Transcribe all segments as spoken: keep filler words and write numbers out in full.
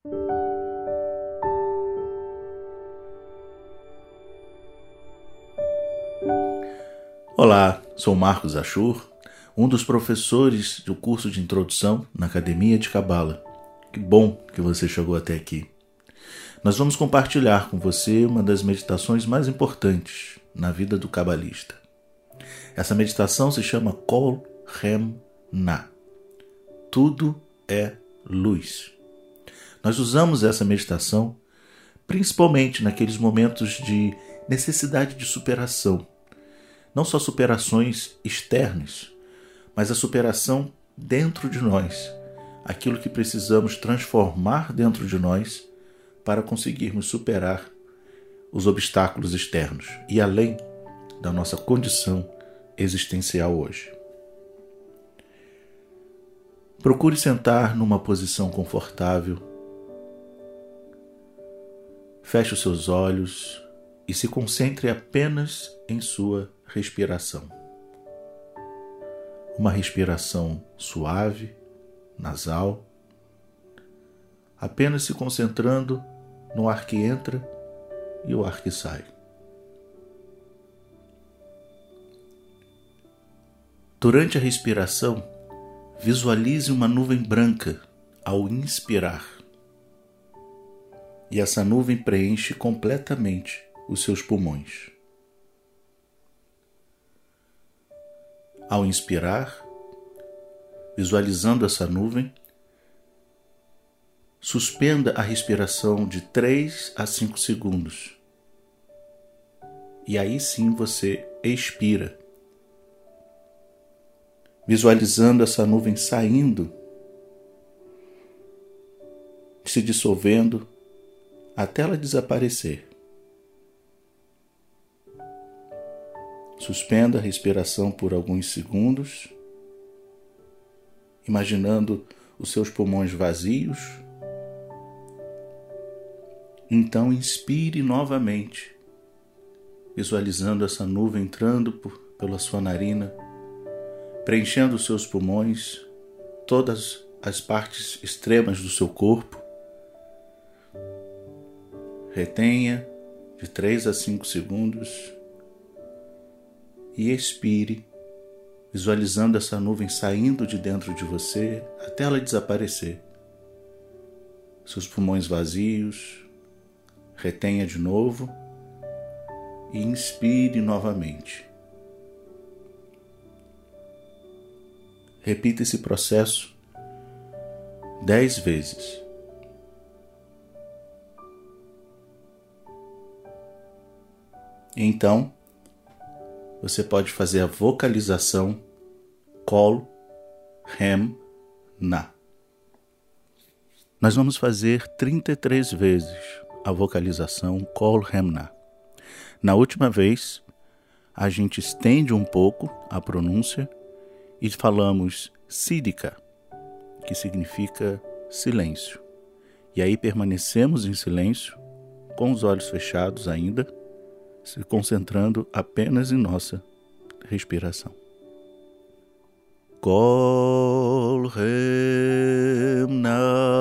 Olá, sou Marcos Achur, um dos professores do curso de introdução na Academia de Cabala. Que bom que você chegou até aqui. Nós vamos compartilhar com você uma das meditações mais importantes na vida do cabalista. Essa meditação se chama Kol Hem Na. Tudo é luz. Nós usamos essa meditação principalmente naqueles momentos de necessidade de superação. Não só superações externas, mas a superação dentro de nós. Aquilo que precisamos transformar dentro de nós para conseguirmos superar os obstáculos externos e além da nossa condição existencial hoje. Procure sentar numa posição confortável. Feche os seus olhos e se concentre apenas em sua respiração. Uma respiração suave, nasal, apenas se concentrando no ar que entra e o ar que sai. Durante a respiração, visualize uma nuvem branca ao inspirar. E essa nuvem preenche completamente os seus pulmões. Ao inspirar, visualizando essa nuvem, suspenda a respiração de três a cinco segundos. E aí sim você expira, visualizando essa nuvem saindo, se dissolvendo até ela desaparecer. Suspenda a respiração por alguns segundos, imaginando os seus pulmões vazios. Então inspire novamente, visualizando essa nuvem entrando por, pela sua narina, preenchendo os seus pulmões, todas as partes extremas do seu corpo. Retenha de três a cinco segundos. E expire, visualizando essa nuvem saindo de dentro de você até ela desaparecer. Seus pulmões vazios, retenha de novo e inspire novamente. Repita esse processo dez vezes. Então, você pode fazer a vocalização Kol Hem Na. Nós vamos fazer trinta e três vezes a vocalização Kol Hem Na. Na última vez, a gente estende um pouco a pronúncia e falamos Sidika, que significa silêncio. E aí permanecemos em silêncio, com os olhos fechados ainda, se concentrando apenas em nossa respiração. Kol Hem Na.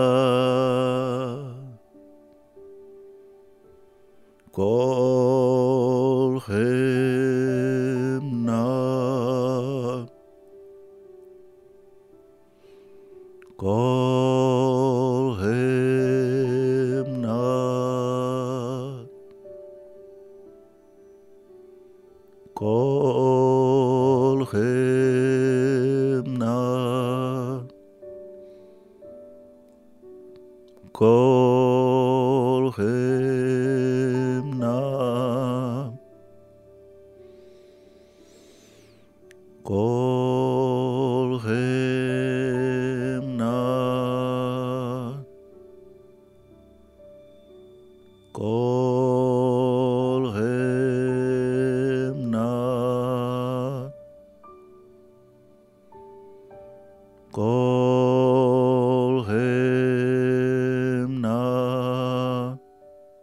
Kol Hem Na. Kol Hem Na. Kol Hem Na. Kol Hem Na. Kol Hem Na. Kol Hem Na. Kol Hem Na.